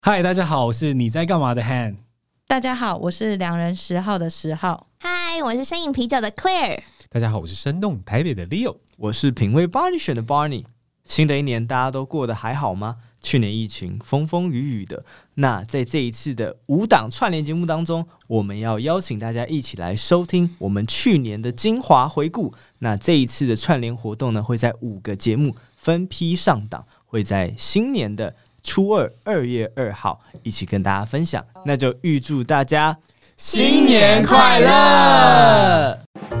嗨，大家好，我是你在干嘛的 Han。 大家好，我是2人10号的10号。 嗨，我是深饮啤酒的 Claire。 大家好，我是生动台北的 Leo。 我是品味 Barney 选的 Barney。新的一年大家都过得还好吗？去年疫情风风雨雨的，那在这一次的5档串联节目当中，我们要邀请大家一起来收听我们去年的精华回顾。那这一次的串联活动呢，会在5个节目分批上档，会在新年的初二2月2号一起跟大家分享。那就预祝大家新年快乐！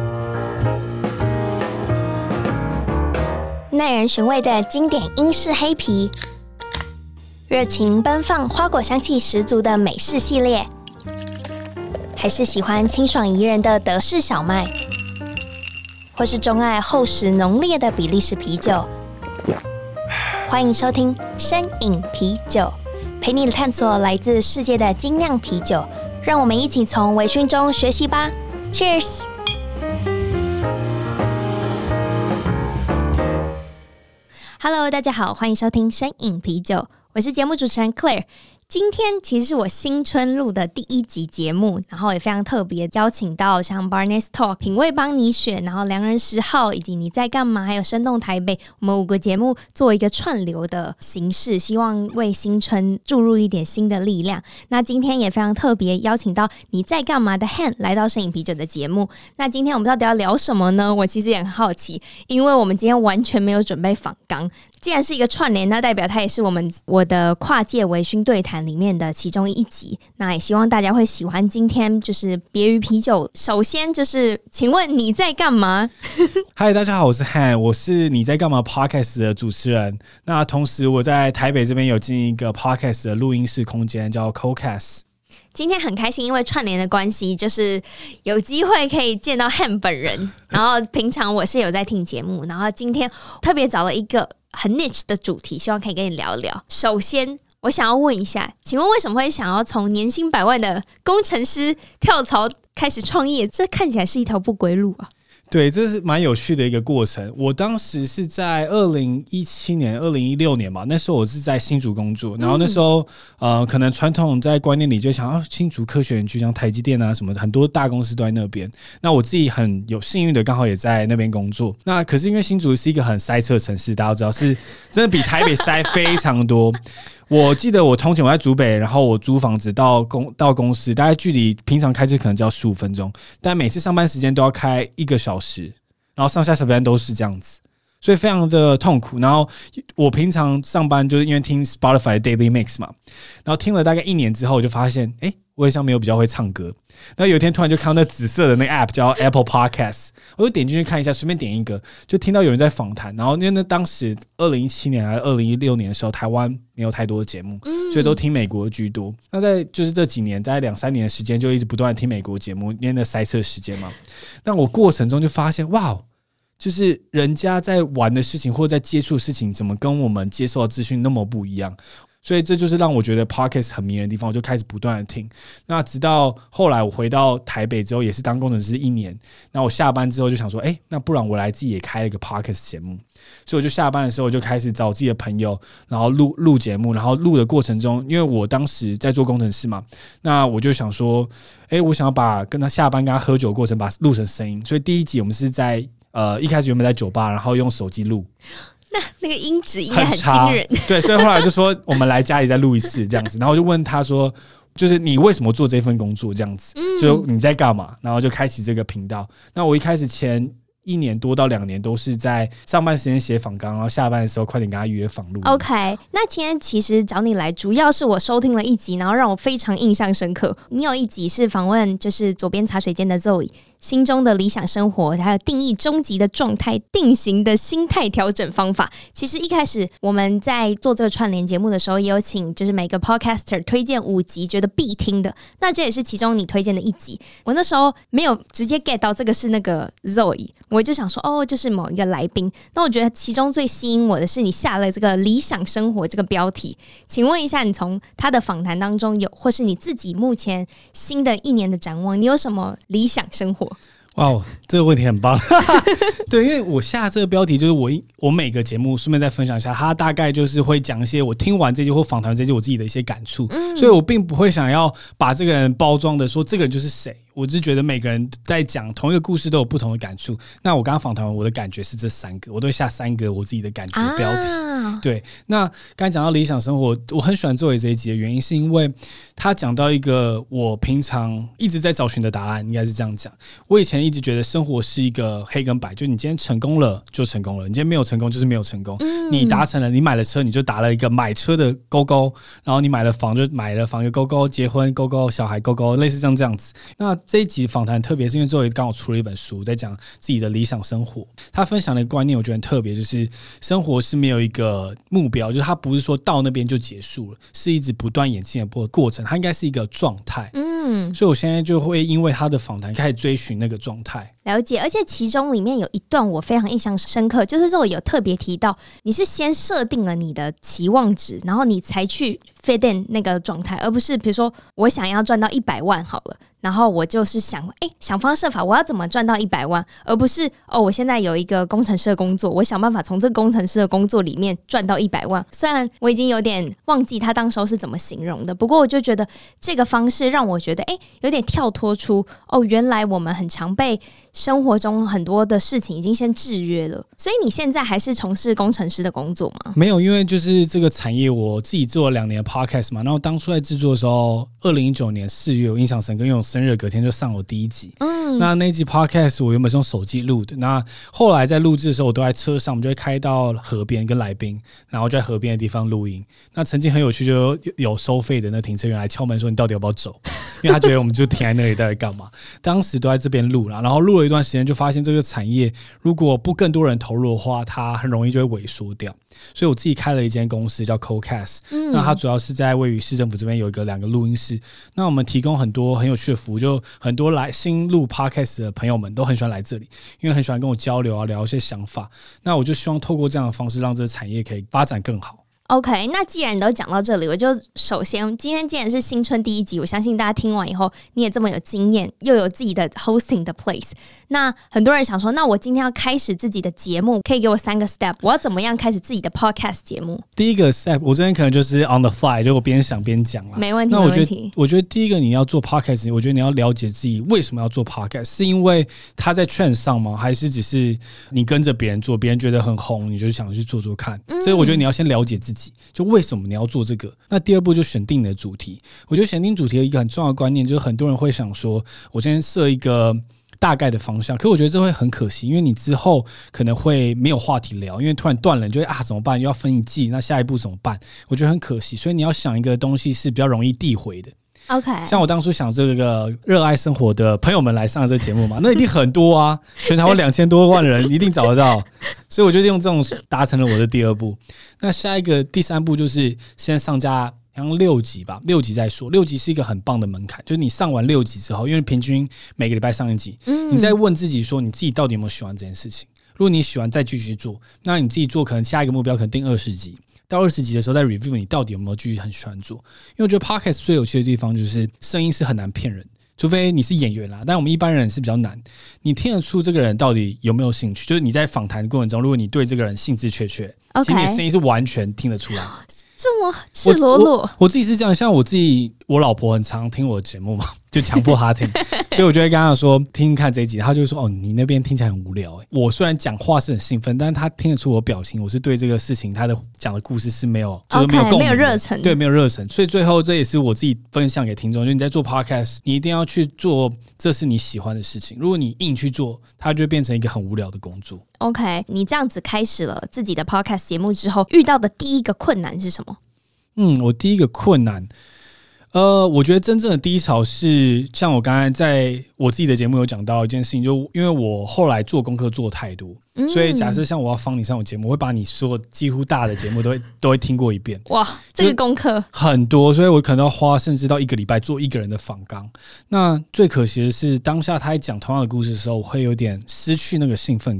耐人寻味的经典英式黑啤，热情奔放、花果香气十足的美式系列，还是喜欢清爽宜人的德式小麦，或是钟爱厚实浓烈的比利时啤酒。欢迎收听深饮啤酒，陪你探索来自世界的精酿啤酒，让我们一起从微醺中学习吧。Cheers！ Hello， 大家好，欢迎收听深饮啤酒，我是节目主持人 Claire。今天其实是我新春录的第1集节目，然后也非常特别，邀请到像 Barney's Talk、品味帮你选，然后2人10号以及你在干嘛，还有生动台北，我们5个节目做一个串流的形式，希望为新春注入一点新的力量。那今天也非常特别，邀请到你在干嘛的 Han 来到深饮啤酒的节目。那今天我们到底要聊什么呢？我其实也很好奇，因为我们今天完全没有准备访纲。既然是一个串联，那代表它也是我的跨界微醺对谈里面的其中1集。那也希望大家会喜欢今天就是别于啤酒。首先就是请问你在干嘛？ 嗨，大家好，我是 Han， 我是你在干嘛 Podcast 的主持人。那同时我在台北这边有经营一个 Podcast 的录音室空间，叫 CoCast。 今天很开心，因为串联的关系，就是有机会可以见到 Han 本人。然后平常我是有在听节目，然后今天特别找了一个很 niche 的主题，希望可以跟你聊聊。首先我想要问一下，请问为什么会想要从年薪100万的工程师跳槽开始创业？这看起来是一条不归路啊。 对，这是蛮有趣的一个过程。我当时是在2017年、2016年吧，那时候我是在新竹工作，然后那时候可能传统在观念里就想新竹科学园区，像台积电啊什么的，很多大公司都在那边。那我自己很有幸运的，刚好也在那边工作。那可是因为新竹是一个很塞车的城市，大家都知道是真的比台北塞非常多。我记得我通勤我在竹北，然后我租房子到公司，大概距离平常开车可能就要15分钟，但每次上班时间都要开1个小时，然后上下班都是这样子，所以非常的痛苦。然后我平常上班就是因为听 Spotify 的 Daily Mix 嘛，然后听了大概1年之后，我就发现，我也像没有比较会唱歌。然后有一天突然就看到那紫色的那个 app 叫 Apple Podcast， 我就点进去看一下，随便点一个，就听到有人在访谈。然后因为那当时2017年还是2016年的时候，台湾没有太多的节目，所以都听美国居多。那在就是这几年，大概2-3年的时间，就一直不断的听美国节目，因为那塞车时间嘛。但我过程中就发现，哇，就是人家在玩的事情或者在接触的事情，怎么跟我们接受的资讯那么不一样？所以这就是让我觉得 Podcast 很迷人的地方，我就开始不断的听。那直到后来我回到台北之后，也是当工程师1年。那我下班之后就想说，那不然我来自己也开了一个 Podcast 节目。所以我就下班的时候，我就开始找自己的朋友，然后录节目。然后录的过程中，因为我当时在做工程师嘛，那我就想说，我想要把跟他下班跟他喝酒的过程把它录成声音。所以第1集我们是在一开始原本在酒吧，然后用手机录。 那个音质应该很惊人。 对，所以后来就说我们来家里再录一次这样子。然后我就问他说，就是你为什么做这份工作这样子？就你在干嘛？然后就开启这个频道。那我一开始前1年多到2年都是在上班时间写访纲，然后下班的时候快点跟他约访录。 OK， 那今天其实找你来，主要是我收听了1集，然后让我非常印象深刻。你有1集是访问就是左边茶水间的 Zoe，心中的理想生活，还有定义终极的状态，定型的心态调整方法。其实一开始我们在做这个串联节目的时候，也有请就是每个 podcaster 推荐5集觉得必听的，那这也是其中你推荐的1集。我那时候没有直接 get 到这个是那个 Zoe， 我就想说就是某一个来宾。那我觉得其中最吸引我的是你下了这个理想生活这个标题。请问一下，你从他的访谈当中有，或是你自己目前新的1年的展望，你有什么理想生活？ 哇，这个问题很棒。对，因为我下这个标题就是我每个节目顺便再分享一下，它大概就是会讲一些我听完这集或访谈这集我自己的一些感触，所以我并不会想要把这个人包装的说这个人就是谁，我只是觉得每个人在讲同一个故事都有不同的感触。那我刚刚访谈完，我的感觉是这3个，我都会下3个我自己的感觉标题。对，那刚才讲到理想生活，我很喜欢作为这一集的原因，是因为他讲到一个我平常一直在找寻的答案，应该是这样讲。我以前一直觉得生活是一个黑跟白，就你今天成功了就成功了，你今天没有成功就是没有成功。你达成了，你买了车你就打了一个买车的勾勾，然后你买了房就买了房一个勾勾，结婚勾勾，小孩勾勾，类似像这样子。那这一集访谈特别是因为作为刚好出了一本书，在讲自己的理想生活，他分享的一个观念我觉得很特别，就是生活是没有一个目标，就是它不是说到那边就结束了，是一直不断演进的过程，它应该是一个状态。所以我现在就会因为他的访谈开始追寻那个状态。 了解，而且其中里面有一段我非常印象深刻，就是说我有特别提到，你是先设定了你的期望值，然后你才去 fit in 那个状态，而不是比如说我想要赚到100万好了，然后我就是想方设法我要怎么赚到100万，而不是我现在有一个工程师的工作，我想办法从这个工程师的工作里面赚到100万。虽然我已经有点忘记他当时候是怎么形容的，不过我就觉得这个方式让我觉得有点跳脱出原来我们很常被生活中很多的事情已经先制约了。所以你现在还是从事工程师的工作吗？ 没有，因为就是这个产业我自己做了2年的 podcast 嘛，然后当初在制作的时候2019年4月我印象深刻，因为我生日隔天就上我第1集。那一集 podcast 我原本是用手机录的，那后来在录制的时候我都在车上，我们就会开到河边跟来宾，然后就在河边的地方录音。那曾经很有趣，就有收费的那停车员来敲门说你到底要不要走，因为他觉得我们就停在那里到底干嘛。当时都在这边录了，然后录了一段时间就发现这个产业如果不更多人投入的话，它很容易就会萎缩掉。所以我自己开了一间公司叫 Cocast，那它主要是在位于市政府这边有2个录音室，那我们提供很多很有趣的服务，就很多来新录 Podcast 的朋友们都很喜欢来这里，因为很喜欢跟我交流啊，聊一些想法。那我就希望透过这样的方式让这个产业可以发展更好。 OK， 那既然你都讲到这里，我就首先今天既然是新春第1集，我相信大家听完以后你也这么有经验，又有自己的 hosting 的 place， 那很多人想说，那我今天要开始自己的节目，可以给我3个 step， 我要怎么样开始自己的 podcast 节目？ 第一个 step 我这边可能就是 on the fly， 就我边想边讲啦。 没问题， 那我觉得第一个你要做 podcast， 我觉得你要了解自己为什么要做 podcast， 是因为他在 trend 上吗？还是只是你跟着别人做，别人觉得很红，你就想去做做看？所以我觉得你要先了解自己，就为什么你要做这个。那第2步就选定你的主题。我觉得选定主题的一个很重要的观念，就是很多人会想说我先设一个大概的方向，可我觉得这会很可惜，因为你之后可能会没有话题聊，因为突然断了，你就会怎么办？又要分1季，那下一步怎么办？我觉得很可惜，所以你要想一个东西是比较容易递回的。 OK， 像我当初想这个热爱生活的朋友们来上这个节目嘛，那一定很多啊，全台湾2000多万人一定找得到，所以我就用这种达成了我的第2步。那下一个第3步就是先上架。好像6集吧，6集再说。6集是一个很棒的门槛，就是你上完6集之后，因为平均每个礼拜上1集，你再问自己说你自己到底有没有喜欢这件事情。如果你喜欢，再继续做，那你自己做可能下一个目标可能定20集，到20集的时候再 review 你到底有没有继续很喜欢做。因为我觉得 podcast 最有趣的地方就是声音是很难骗人，除非你是演员啦，但我们一般人是比较难。你听得出这个人到底有没有兴趣，就是你在访谈的过程中，如果你对这个人兴致缺缺，其实你的声音是完全听得出来。 这么赤裸裸。 我自己是这样，像我老婆很常听我的节目嘛，就强迫她听，所以我就会跟她说听看这一集，她就会说你那边听起来很无聊我虽然讲话是很兴奋，但是她听得出我表情，我是对这个事情她的讲的故事是没有就是没有共鸣的， 没有热忱， 对，没有热忱。所以最后这也是我自己分享给听众，就是你在做 podcast， 你一定要去做这是你喜欢的事情，如果你硬去做，它就会变成一个很无聊的工作。 OK， 你这样子开始了自己的 podcast 节目之后，遇到的第一个困难是什么？ 我第一个困难，我觉得真正的低潮是像我刚才在我自己的节目有讲到一件事情，就因为我后来做功课做太多，所以假设像我要访你上我节目，我会把你所有几乎大的节目都会听过一遍。 哇，这个功课很多，所以我可能要花甚至到1个礼拜做1个人的访纲。那最可惜的是，当下他在讲同样的故事的时候，我会有点失去那个兴奋感。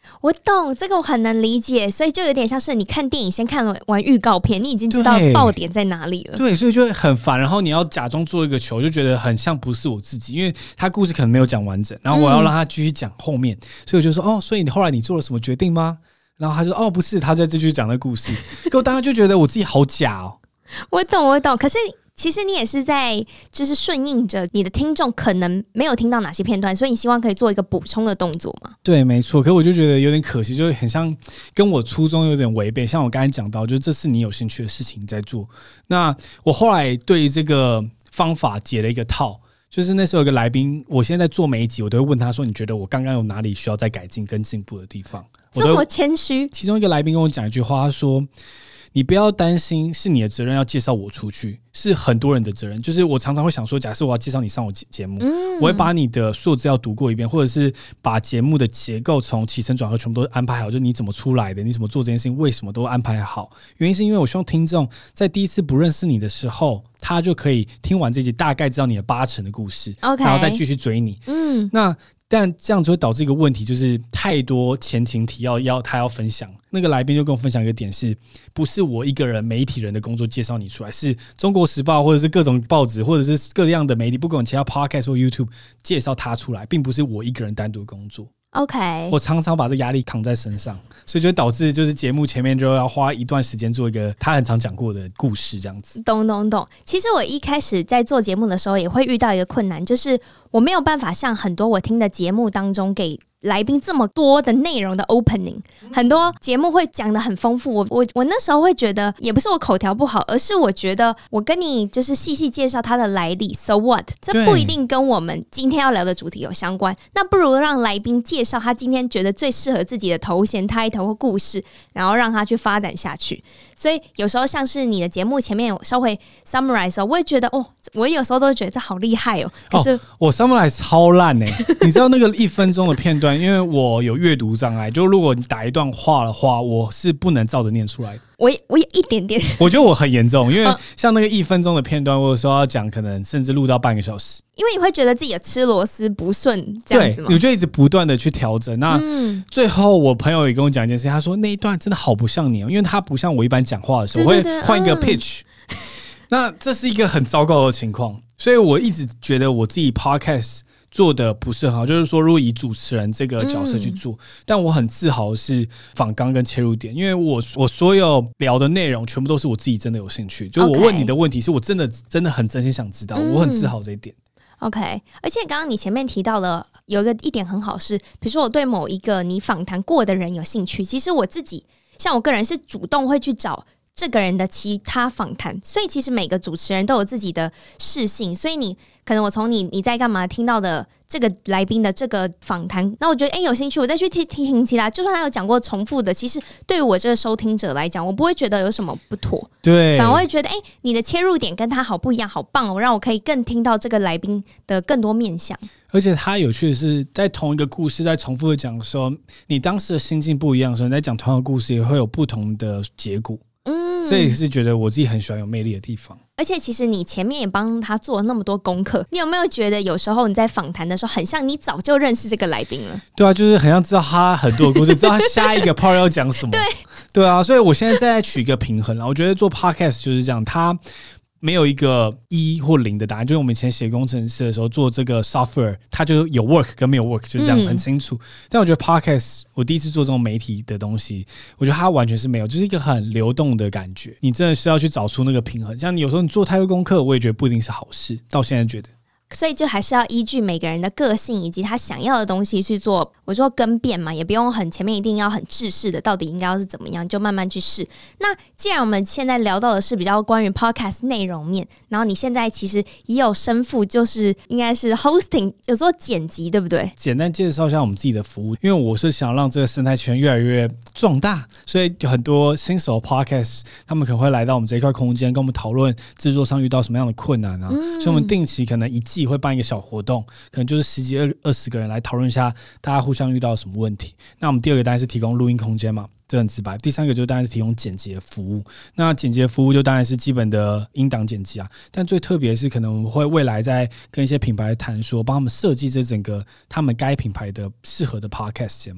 我懂这个，我很能理解，所以就有点像是你看电影先看完预告片，你已经知道爆点在哪里了。 对，所以就会很烦，然后你要假装做一个球，就觉得很像不是我自己，因为他故事可能没有讲完整，然后我要让他继续讲后面，所以我就说哦，所以你后来你做了什么决定吗？然后他说哦不是，他在继续讲那故事，可我当时就觉得我自己好假哦。 我懂，可是其实你也是在就是顺应着你的听众可能没有听到哪些片段，所以你希望可以做一个补充的动作嘛？ 对，没错。可我就觉得有点可惜，就很像跟我初衷有点违背。像我刚才讲到，就是这是你有兴趣的事情在做。那我后来对于这个方法解了一个套，就是那时候有个来宾，我现在做每一集我都会问他说，你觉得我刚刚有哪里需要再改进跟进步的地方？ 这么谦虚。 其中一个来宾跟我讲一句话，他说你不要担心是你的责任要介绍我出去，是很多人的责任。就是我常常会想说，假设我要介绍你上我节目，我会把你的所有资料读过一遍，或者是把节目的结构从起承转合全部都安排好，就是你怎么出来的，你怎么做这件事情，为什么都安排好。原因是因为我希望听众在第一次不认识你的时候，他就可以听完这集大概知道你的80%的故事， OK， 然后再继续追你。但这样子会导致一个问题，就是太多前情提要他要分享。那个来宾就跟我分享一个点是，不是我一个人媒体人的工作介绍你出来，是中国时报或者是各种报纸或者是各样的媒体，不管其他 podcast 或 YouTube 介绍他出来，并不是我一个人单独的工作。 OK， 我常常把这压力扛在身上，所以就导致就是节目前面就要花一段时间做一个他很常讲过的故事，这样子。 懂。其实我一开始在做节目的时候，也会遇到一个困难，就是我没有办法像很多我听的节目当中给来宾这么多的内容的 opening， 很多节目会讲得很丰富。我那时候会觉得，也不是我口条不好，而是我觉得我跟你就是细细介绍它的来历 ，so what， 这不一定跟我们今天要聊的主题有相关。那不如让来宾介绍他今天觉得最适合自己的头衔、title 或故事，然后让他去发展下去。所以有时候像是你的节目前面稍微 summarize 的时候，我也觉得我有时候都会觉得这好厉害哦。可是我 summarize 超烂你知道那个1分钟的片段，因为我有阅读障碍，就如果你打一段话的话，我是不能照着念出来的。 我也一点点， 我觉得我很严重，因为像那个1分钟的片段，我有时候要讲，可能甚至录到半个小时。 因为你会觉得自己的吃螺丝不顺这样子吗？ 对，我就一直不断的去调整。那最后我朋友也跟我讲一件事情，他说那一段真的好不像你因为他不像我一般讲话的时候，我会换一个 pitch。那这是一个很糟糕的情况，所以我一直觉得我自己 podcast 做的不是很好，就是说如果以主持人这个角色去做，但我很自豪的是访纲跟切入点，因为我所有聊的内容全部都是我自己真的有兴趣，就我问你的问题是我真的很真心想知道，我很自豪这一点。 OK， 而且刚刚你前面提到了有一点很好是，比如说我对某一个你访谈过的人有兴趣，其实我自己像我个人是主动会去找这个人的其他访谈，所以其实每个主持人都有自己的适性，所以你可能我从你在干嘛听到的这个来宾的这个访谈，那我觉得有兴趣，我再去听其他，就算他有讲过重复的，其实对于我这个收听者来讲，我不会觉得有什么不妥， 对， 反而会觉得你的切入点跟他好不一样，好棒哦，让我可以更听到这个来宾的更多面向。 而且他有趣的是，在同一个故事在重复的讲的时候，你当时的心境不一样的时候，你在讲同样的故事也会有不同的结果。这也是觉得我自己很喜欢有魅力的地方。 而且其实你前面也帮他做了那么多功课，你有没有觉得有时候你在访谈的时候，很像你早就认识这个来宾了？ 对啊，就是很像知道他很多的故事，知道他下一个 part 要讲什么。对啊，所以我现在在取一个平衡啦。我觉得做 podcast 就是这样，他没有一个1或0的答案，就是我们以前写工程师的时候做这个 software， 它就有 work 跟没有 work， 就是这样很清楚。但我觉得 podcast， 我第一次做这种媒体的东西，我觉得它完全是没有，就是一个很流动的感觉。你真的是要去找出那个平衡。像你有时候你做太多功课，我也觉得不一定是好事。到现在觉得。 所以就还是要依据每个人的个性以及他想要的东西去做，我说更变嘛，也不用很前面一定要很制式的，到底应该要是怎么样，就慢慢去试。那既然我们现在聊到的是比较关于 podcast 内容面，然后你现在其实也有身负，就是应该是 hosting， 有做剪辑，对不对？ 简单介绍一下我们自己的服务，因为我是想让这个生态圈越来越壮大，所以有很多新手 podcast 他们可能会来到我们这一块空间，跟我们讨论制作上遇到什么样的困难啊。所以我们定期可能一季会办一个小活动，可能就是10几20个人来讨论一下大家互相遇到什么问题。那我们第二个当然是提供录音空间嘛，这很直白。第三个就当然是提供剪辑的服务。那剪辑的服务就当然是基本的音档剪辑啊，但最特别的是可能我们会未来在跟一些品牌谈说，帮他们设计这整个他们该品牌的适合的 podcast 节目。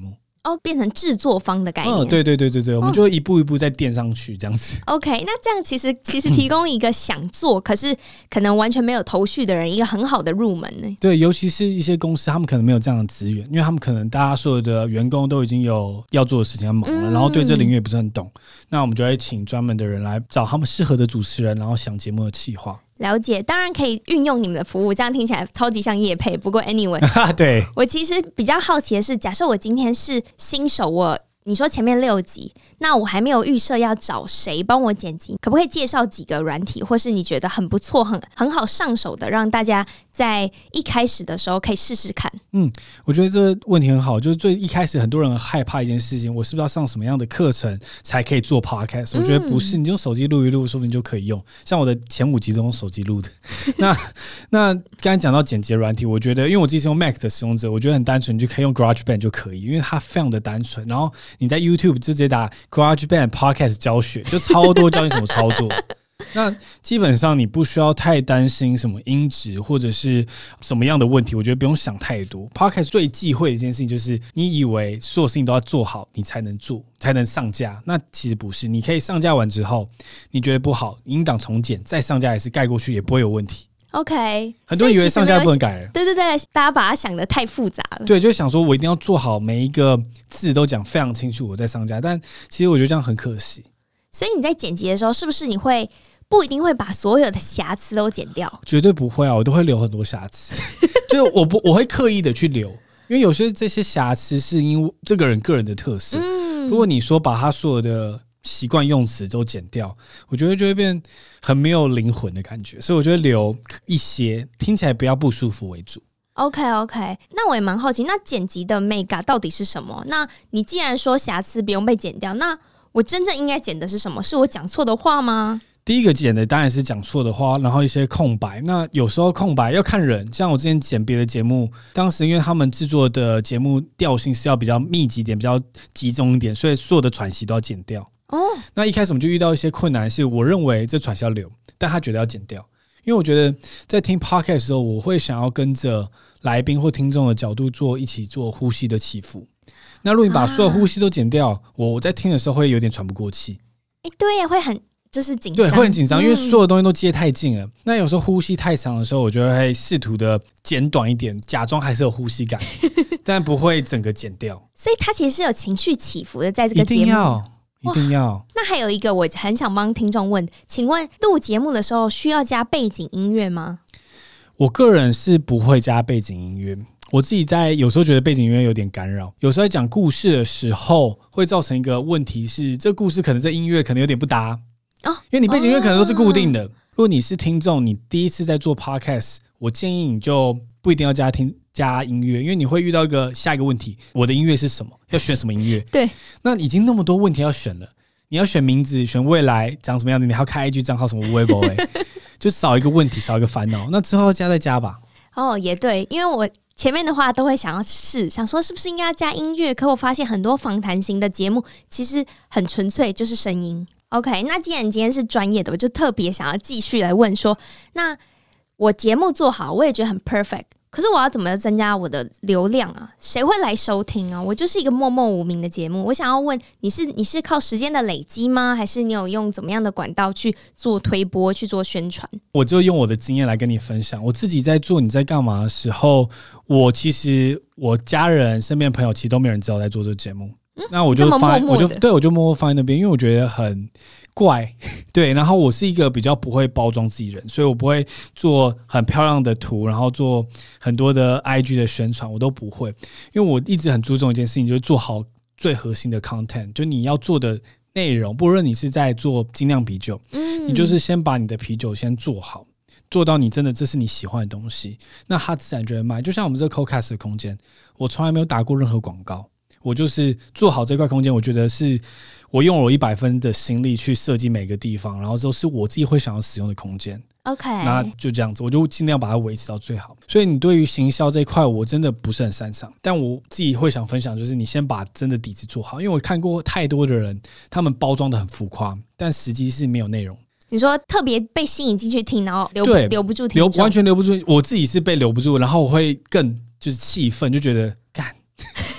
变成制作方的概念。 对，我们就会一步一步再垫上去这样子。 OK， 那这样其实提供一个想做可是可能完全没有头绪的人一个很好的入门呢。 对，尤其是一些公司他们可能没有这样的资源，因为他们可能大家所有的员工都已经有要做的事情很忙了，然后对这领域也不是很懂，那我们就会请专门的人来找他们适合的主持人，然后想节目的企划。 了解，当然可以运用你们的服务，这样听起来超级像业配。不过 anyway， 对， 我其实比较好奇的是，假设我今天是新手，你说前面6集，那我还没有预设要找谁帮我剪辑，可不可以介绍几个软体，或是你觉得很不错、很好上手的，让大家在一开始的时候可以试试看？ 我觉得这个问题很好，就是最一开始很多人很害怕一件事情，我是不是要上什么样的课程才可以做 podcast？我觉得不是，你用手机录一录，说不定就可以用。像我的前5集都用手机录的。那刚才讲到剪辑软体，我觉得因为我自己是用 Mac 的使用者，我觉得很单纯，你就可以用 GarageBand 就可以，因为它非常的单纯。然后你在 YouTube 就直接打 GarageBand Podcast 教学，就超多教你什么操作。那基本上你不需要太担心什么音质或者是什么样的问题，我觉得不用想太多。Podcast 最忌讳的一件事情就是你以为所有事情都要做好你才能做才能上架，那其实不是，你可以上架完之后你觉得不好，音档重剪再上架也是盖过去也不会有问题。 OK， 很多人以为上架不能改了， 对，大家把它想得太复杂了。 对，就想说我一定要做好每一个字都讲非常清楚我再上架，但其实我觉得这样很可惜。 所以你在剪辑的时候，是不是你会不一定会把所有的瑕疵都剪掉？ 绝对不会啊，我都会留很多瑕疵，就是我会刻意的去留，因为有些这些瑕疵是因为这个人个人的特色。如果你说把他所有的习惯用词都剪掉，我觉得就会变很没有灵魂的感觉，所以我觉得留一些听起来不要不舒服为主。 OK， 那我也蛮好奇，那剪辑的 mega 到底是什么？那你既然说瑕疵不用被剪掉，那我真正应该剪的是什么？是我讲错的话吗？ 第一个剪的当然是讲错的话，然后一些空白。那有时候空白要看人，像我之前剪别的节目，当时因为他们制作的节目调性是要比较密集一点、比较集中一点，所以所有的喘息都要剪掉。那一开始我们就遇到一些困难，是我认为这喘息要留，但他觉得要剪掉。因为我觉得在听 podcast 的时候，我会想要跟着来宾或听众的角度一起做呼吸的起伏。那如果你把所有呼吸都剪掉，我在听的时候会有点喘不过气。 对呀，会很就是紧张， 对，会很紧张，因为所有东西都接太近了。那有时候呼吸太长的时候，我就会试图的剪短一点，假装还是有呼吸感，但不会整个剪掉。 所以它其实是有情绪起伏的，在这个节目一定要。 那还有一个我很想帮听众问，请问录节目的时候需要加背景音乐吗？ 我个人是不会加背景音乐，我自己在有时候觉得背景音乐有点干扰，有时候在讲故事的时候会造成一个问题是，这故事可能这音乐可能有点不搭因为你背景音乐可能都是固定的。如果你是听众，你第一次在做 podcast， 我建议你就不一定要加音乐，因为你会遇到下一个问题，我的音乐是什么？要选什么音乐？ 对， 那已经那么多问题要选了，你要选名字，选未来长什么样子，你还要开 IG 账号什么微博就少一个问题，少一个烦恼。那之后再加吧。 也对，因为我前面的话都会想要想说是不是应该要加音乐，可我发现很多访谈型的节目其实很纯粹，就是声音。OK， 那既然你今天是专业的，我就特别想要继续来问说，那我节目做好，我也觉得很 perfect， 可是我要怎么增加我的流量啊？谁会来收听啊？我就是一个默默无名的节目，我想要问你是靠时间的累积吗？还是你有用怎么样的管道去做推播、去做宣传？ 我就用我的经验来跟你分享。我自己在做你在干嘛的时候，其实我家人、身边的朋友其实都没有人知道我在做这个节目。那我就放在，我就默默放在那边，因为我觉得很怪，对。然后我是一个比较不会包装自己人，所以我不会做很漂亮的图，然后做很多的 IG 的宣传，我都不会。因为我一直很注重一件事情，就是做好最核心的 content， 就你要做的内容，不论你是在做精酿啤酒，你就是先把你的啤酒先做好，做到你真的这是你喜欢的东西，那它自然就会卖。就像我们这个 Codecast 的空间，我从来没有打过任何广告。我就是做好这块空间，我觉得是我用了我100分的心力去设计每个地方，然后都是我自己会想要使用的空间。 OK， 那就这样子，我就尽量把它维持到最好。所以你对于行销这一块，我真的不是很擅长，但我自己会想分享，就是你先把真的底子做好，因为我看过太多的人，他们包装的很浮夸，但实际是没有内容。 你说特别被吸引进去听，然后留不住听众， 完全留不住。我自己是被留不住，然后我会更就是气愤，就觉得干。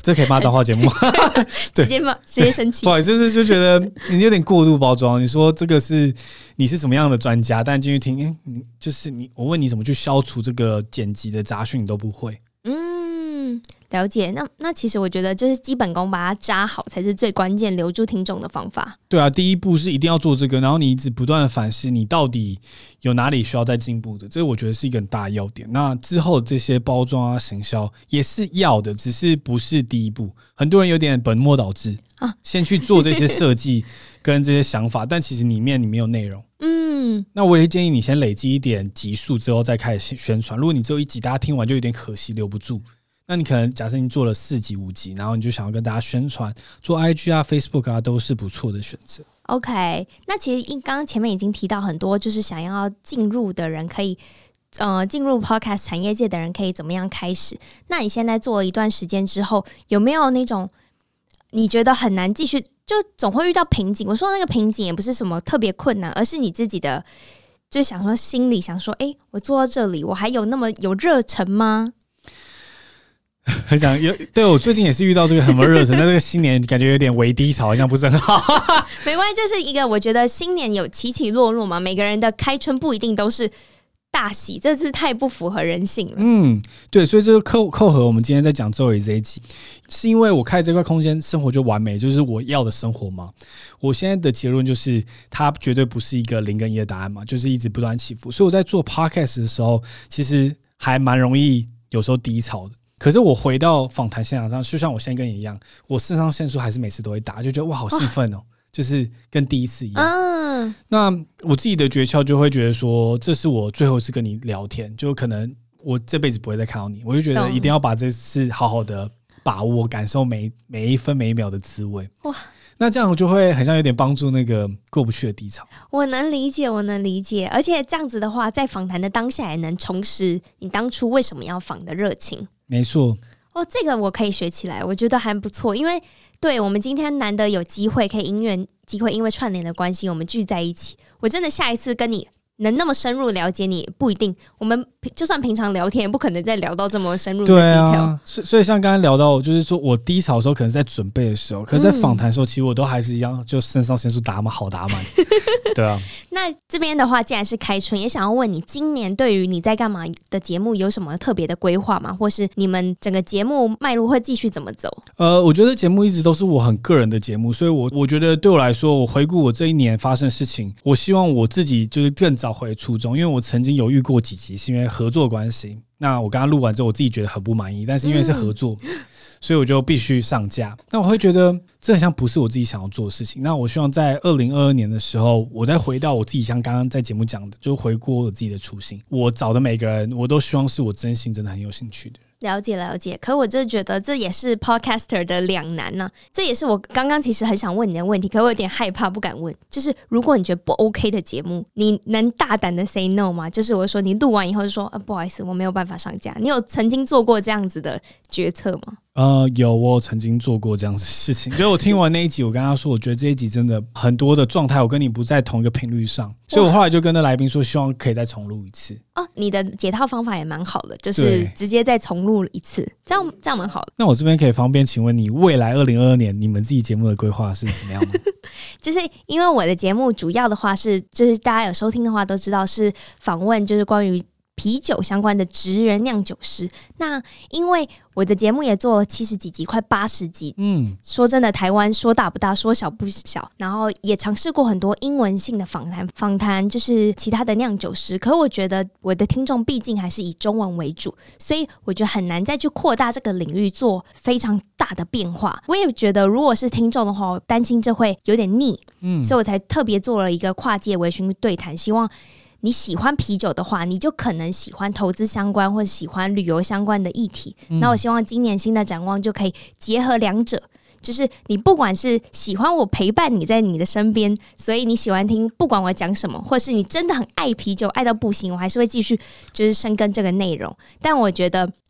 这可以骂脏话节目， 直接生气不。好意思，就觉得你有点过度包装。你说这个你是什么样的专家，但进去听，就是我问你怎么去消除这个剪辑的杂讯，你都不会。 了解。那其实我觉得就是基本功把它扎好才是最关键留住听众的方法。 对啊，第一步是一定要做这个，然后你一直不断的反思你到底有哪里需要再进步的，这个我觉得是一个很大的要点。那之后这些包装啊行销也是要的，只是不是第一步。很多人有点本末倒置啊，先去做这些设计跟这些想法，但其实里面你没有内容。那我也建议你先累积一点集数之后再开始宣传。如果你只有一集大家听完就有点可惜留不住，那你可能假设你做了4集5集，然后你就想要跟大家宣传，做 IG 啊 Facebook 啊都是不错的选择。 OK， 那其实刚刚前面已经提到很多就是想要进入的人可以进入 Podcast 产业界的人可以怎么样开始。那你现在做了一段时间之后，有没有那种你觉得很难继续，就总会遇到瓶颈？我说那个瓶颈也不是什么特别困难，而是你自己的就想说心里想说我做到这里我还有那么有热忱吗？ 很想对，我最近也是遇到这个很热忱，但这个新年感觉有点微低潮，好像不是很好。 没关系，这是一个我觉得新年有起起落落嘛，每个人的开春不一定都是大喜，这是太不符合人性了。 对，所以这个扣合我们今天在讲周围这一集，是因为我开这块空间，生活就完美，就是我要的生活嘛。我现在的结论就是，它绝对不是一个0跟1的答案嘛，就是一直不断起伏。所以我在做 podcast 的时候，其实还蛮容易有时候低潮的。可是我回到访谈现场上，就像我现在跟你一样，我肾上腺素还是每次都会打，就觉得哇好兴奋哦，就是跟第一次一样。那我自己的诀窍就会觉得说，这是我最后一次跟你聊天，就可能我这辈子不会再看到你，我就觉得一定要把这次好好的把握，感受每一分每一秒的滋味。哇！那这样就会很像有点帮助那个过不去的低潮。 我能理解，而且这样子的话，在访谈的当下也能重拾你当初为什么要访的热情。 没错。 这个我可以学起来，我觉得还不错。因为对我们今天难得有机会可以因为串联的关系，我们聚在一起。我真的下一次跟你能那么深入了解你不一定，我们就算平常聊天也不可能再聊到这么深入的 detail。 对啊，所以像刚才聊到，就是说我低潮的时候可能是在准备的时候，可是在访谈的时候其实我都还是一样，就肾上腺素打满对啊。 那这边的话既然是开春，也想要问你今年对于你在干嘛的节目有什么特别的规划吗？或是你们整个节目脉络会继续怎么走？ 我觉得节目一直都是我很个人的节目，所以我觉得对我来说，我回顾我这一年发生的事情，我希望我自己就是更找回初衷。因为我曾经有遇过几集是因为合作关系，那我刚刚录完之后我自己觉得很不满意，但是因为是合作，所以我就必须上架。那我会觉得这很像不是我自己想要做的事情。那我希望在2022年的时候，我再回到我自己像刚刚在节目讲的，就回顾我自己的初心。我找的每个人，我都希望是我真心真的很有兴趣的。 了解，可我真的觉得这也是 podcaster 的两难呢。这也是我刚刚其实很想问你的问题，可我有点害怕不敢问。就是如果你觉得不 OK 的节目，你能大胆的 say no 吗？就是我说你录完以后就说不好意思，我没有办法上架。你有曾经做过这样子的决策吗？ 有，我曾经做过这样子的事情。所以我听完那一集，我跟他说，我觉得这一集真的很多的状态，我跟你不在同一个频率上，所以我后来就跟那来宾说，希望可以再重录一次。 你的解套方法也蛮好的，就是直接再重录一次，这样蛮好的。 那我这边可以方便请问你，未来2022年你们自己节目的规划是怎么样吗？ 就是因为我的节目主要的话是，就是大家有收听的话都知道是访问，就是关于啤酒相关的职人酿酒师。那因为我的节目也做了70几集，快80集。说真的，台湾说大不大，说小不小。然后也尝试过很多英文性的访谈，就是其他的酿酒师。可我觉得我的听众毕竟还是以中文为主，所以我觉得很难再去扩大这个领域，做非常大的变化。我也觉得，如果是听众的话，我担心这会有点腻。所以我才特别做了一个跨界微醺对谈，希望你喜欢啤酒的话，你就可能喜欢投资相关或者喜欢旅游相关的议题。那我希望今年新的展望就可以结合两者，就是你不管是喜欢我陪伴你在你的身边，所以你喜欢听不管我讲什么，或是你真的很爱啤酒爱到不行，我还是会继续就是深耕这个内容。但我觉得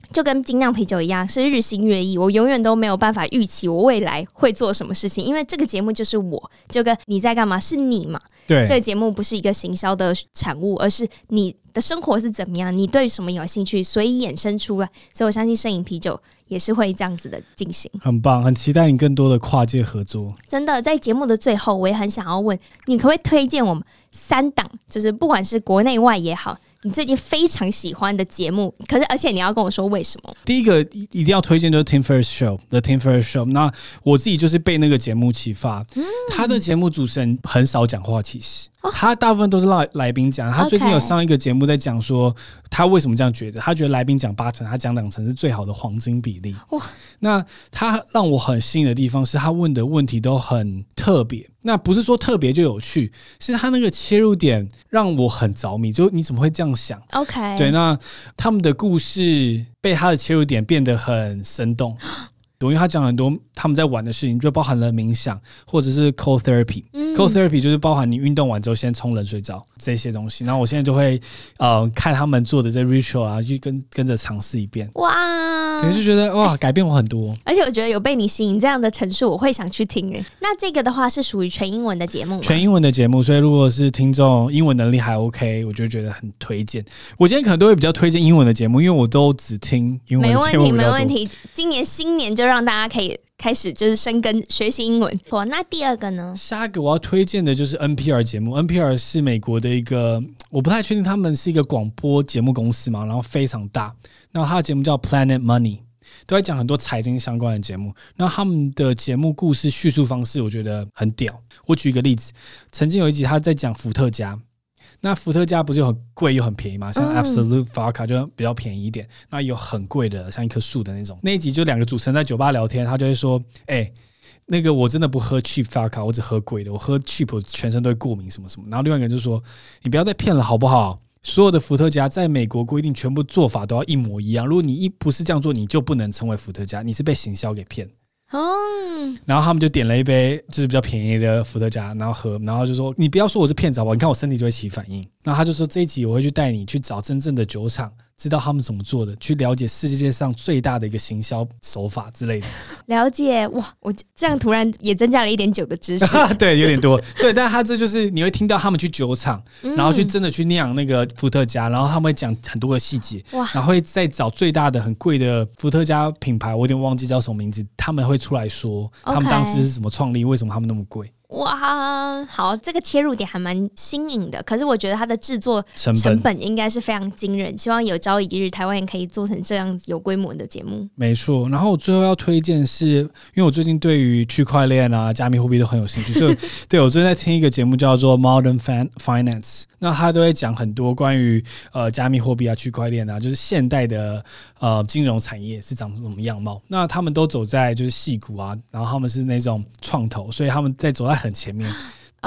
就跟精酿啤酒一样，是日新月异，我永远都没有办法预期我未来会做什么事情，因为这个节目就是我，就跟你在干嘛是你嘛。 对， 这个节目不是一个行销的产物，而是你的生活是怎么样，你对什么有兴趣，所以衍生出来。所以我相信摄影啤酒也是会这样子的进行。 很棒，很期待你更多的跨界合作。 真的，在节目的最后，我也很想要问，你可不可以推荐我们3档，就是不管是国内外也好，你最近非常喜欢的节目，可是而且你要跟我说为什么。 第一个一定要推荐就是 Tim Ferriss Show The Tim Ferriss Show。 那我自己就是被那个节目启发，他的节目主持人很少讲话，其实他大部分都是让来宾讲。他最近有上一个节目在讲说他为什么这样觉得，他觉得来宾讲8成，他讲2成是最好的黄金比例。哇！那他让我很吸引的地方是他问的问题都很特别，那不是说特别就有趣，是他那个切入点让我很着迷，就你怎么会这样想 ？OK， 对，那他们的故事被他的切入点变得很生动。因为他讲很多他们在玩的事情，就包含了冥想或者是 cold therapy。cold therapy 就是包含你运动完之后先冲冷水澡这些东西。然后我现在就会看他们做的这 ritual 啊，去跟着尝试一遍。 哇， 对，就觉得哇，改变我很多。 而且我觉得有被你吸引，这样的陈述我会想去听诶。那这个的话是属于全英文的节目吗？ 全英文的节目，所以如果是听众英文能力还 OK， 我就觉得很推荐。我今天可能都会比较推荐英文的节目，因为我都只听英文的节目比较多。 没问题。今年新年就让大家可以开始就是深耕学习英文。那第二个呢？ 下一个我要推荐的就是 NPR 节目。NPR 是美国的一个，我不太确定他们是一个广播节目公司嘛，然后非常大。那他的节目叫 Planet Money， 都在讲很多财经相关的节目。那他们的节目故事叙述方式我觉得很屌。我举一个例子，曾经有一集他在讲伏特加。那伏特加不是有很贵又很便宜吗？像 Absolute Vodka 就比较便宜一点，那有很贵的，像一棵树的那种。那一集就2个主持人在酒吧聊天，他就会说：“那个我真的不喝 cheap Vodka， 我只喝贵的，我喝 cheap 我全身都会过敏什么什么。”然后另外一个人就说：“你不要再骗了好不好？所有的伏特加在美国规定全部做法都要一模一样，如果你不是这样做，你就不能成为伏特加，你是被行销给骗。”然后他们就点了一杯就是比较便宜的伏特加，然后喝，然后就说你不要说我是骗子好不好？你看我身体就会起反应。然后他就说这一集我会去带你去找真正的酒厂，知道他们怎么做的，去了解世界上最大的一个行销手法之类的。 了解。哇，我这样突然也增加了一点酒的知识。 对，有点多。对，但他这就是你会听到他们去酒厂，然后去真的去酿那个伏特加，然后他们会讲很多的细节，然后会再找最大的很贵的伏特加品牌，我有点忘记叫什么名字，他们会出来说他们当时是怎么创立，为什么他们那么贵。 哇，好，这个切入点还蛮新颖的，可是我觉得它的制作成本应该是非常惊人，希望有朝一日台湾也可以做成这样子有规模的节目。 没错，然后我最后要推荐是，因为我最近对于区块链啊、加密货币都很有兴趣，所以对我最近在听一个节目叫做 Modern Finance， 那他都会讲很多关于加密货币啊、区块链啊，就是现代的金融产业是长什么样貌。那他们都走在就是矽谷啊，然后他们是那种创投，所以他们在走在很前面。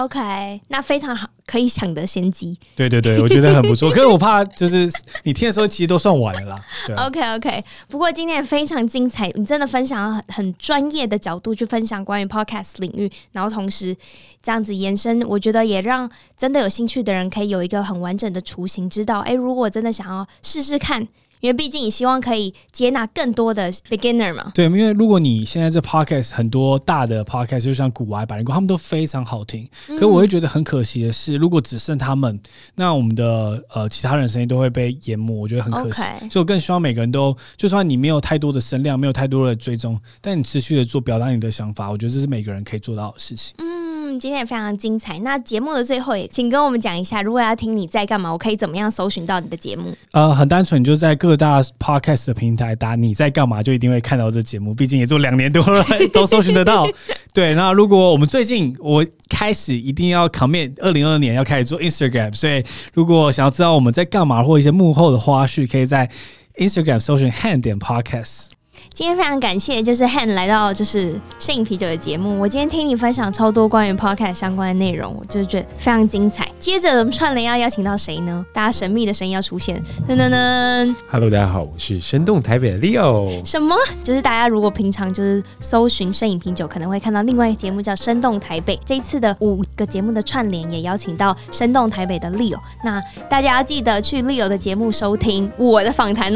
OK， 那非常好，可以抢得先机。 对对对，我觉得很不错。可是我怕就是你听的时候其实都算晚了啦。对啊 OK， 不过今天也非常精彩，你真的分享了很专业的角度去分享关于 Podcast 领域，然后同时这样子延伸，我觉得也让真的有兴趣的人可以有一个很完整的雏形，知道如果真的想要试试看。因为毕竟你希望可以接纳更多的 beginner 嘛。 对，因为如果你现在这 podcast 很多大的 podcast 就像古玩百灵果，他们都非常好听，可我会觉得很可惜的是，如果只剩他们，那我们的其他人声音都会被淹没，我觉得很可惜。所以我更希望每个人都，就算你没有太多的声量，没有太多的追踪，但你持续的做表达你的想法，我觉得这是每个人可以做到的事情。 今天也非常精彩。那节目的最后也请跟我们讲一下，如果要听你在干嘛，我可以怎么样搜寻到你的节目？ 很单纯，你就在各大 podcast 的平台打你在干嘛，就一定会看到这节目，毕竟也做2年多了，都搜寻得到。对，那如果我们最近我开始一定要 commit 2022年要开始做 Instagram， 所以如果想要知道我们在干嘛或一些幕后的花絮，可以在 Instagram 搜寻 han.podcast。 今天非常感谢，就是 Han 来到就是摄影啤酒的节目。我今天听你分享超多关于 Podcast 相关的内容，我就觉得非常精彩。接着我们串联要邀请到谁呢？大家神秘的声音要出现，噔噔噔 ！Hello， 大家好，我是生动台北的 Leo。 什么？就是大家如果平常就是搜寻摄影啤酒，可能会看到另外一个节目叫生动台北。这一次的5个节目的串联也邀请到生动台北的 Leo。那大家要记得去 Leo 的节目收听我的访谈哦。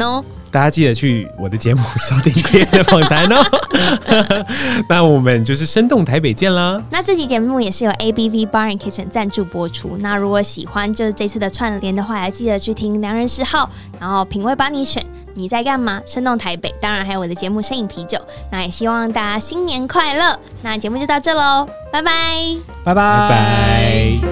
大家记得去我的节目收听 Claire 的访谈哦。那我们就是生动台北见啦。 那这期节目也是由 ABV Bar and Kitchen 赞助播出。那如果喜欢就是这次的串联的话，还记得去听良人10号，然后品味帮你选你在干嘛，生动台北，当然还有我的节目摄影啤酒。那也希望大家新年快乐。那节目就到这喽，拜拜， 拜拜。 拜拜。